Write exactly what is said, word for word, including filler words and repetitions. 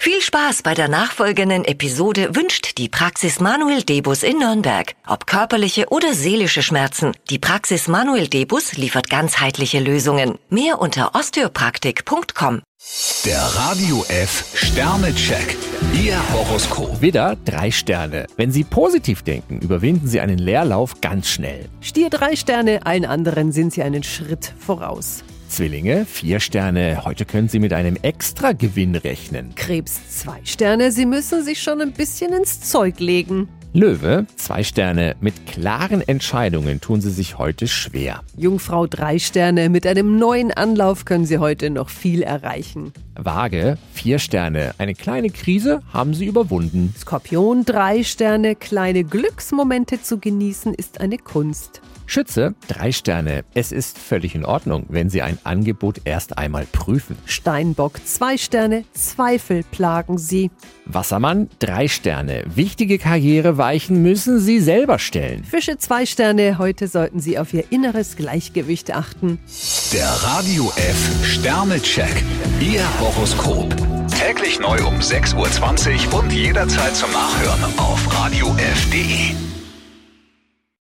Viel Spaß bei der nachfolgenden Episode wünscht die Praxis Manuel Debus in Nürnberg. Ob körperliche oder seelische Schmerzen, die Praxis Manuel Debus liefert ganzheitliche Lösungen. Mehr unter osteopraktik punkt com. Der Radio F Sternecheck. Ihr Horoskop. Widder, drei Sterne. Wenn Sie positiv denken, überwinden Sie einen Leerlauf ganz schnell. Stier, drei Sterne, allen anderen sind Sie einen Schritt voraus. Zwillinge, vier Sterne. Heute können Sie mit einem Extragewinn rechnen. Krebs, zwei Sterne, Sie müssen sich schon ein bisschen ins Zeug legen. Löwe, zwei Sterne. Mit klaren Entscheidungen tun Sie sich heute schwer. Jungfrau, drei Sterne, mit einem neuen Anlauf können Sie heute noch viel erreichen. Waage, vier Sterne. Eine kleine Krise haben Sie überwunden. Skorpion, drei Sterne, kleine Glücksmomente zu genießen ist eine Kunst. Schütze, drei Sterne. Es ist völlig in Ordnung, wenn Sie ein Angebot erst einmal prüfen. Steinbock, zwei Sterne, Zweifel plagen Sie. Wassermann, drei Sterne. Wichtige Karriereweichen müssen Sie selber stellen. Fische, zwei Sterne, heute sollten Sie auf Ihr inneres Gleichgewicht achten. Der Radio F Sternecheck. Ihr Horoskop. Täglich neu um sechs Uhr zwanzig und jederzeit zum Nachhören auf radio f punkt de.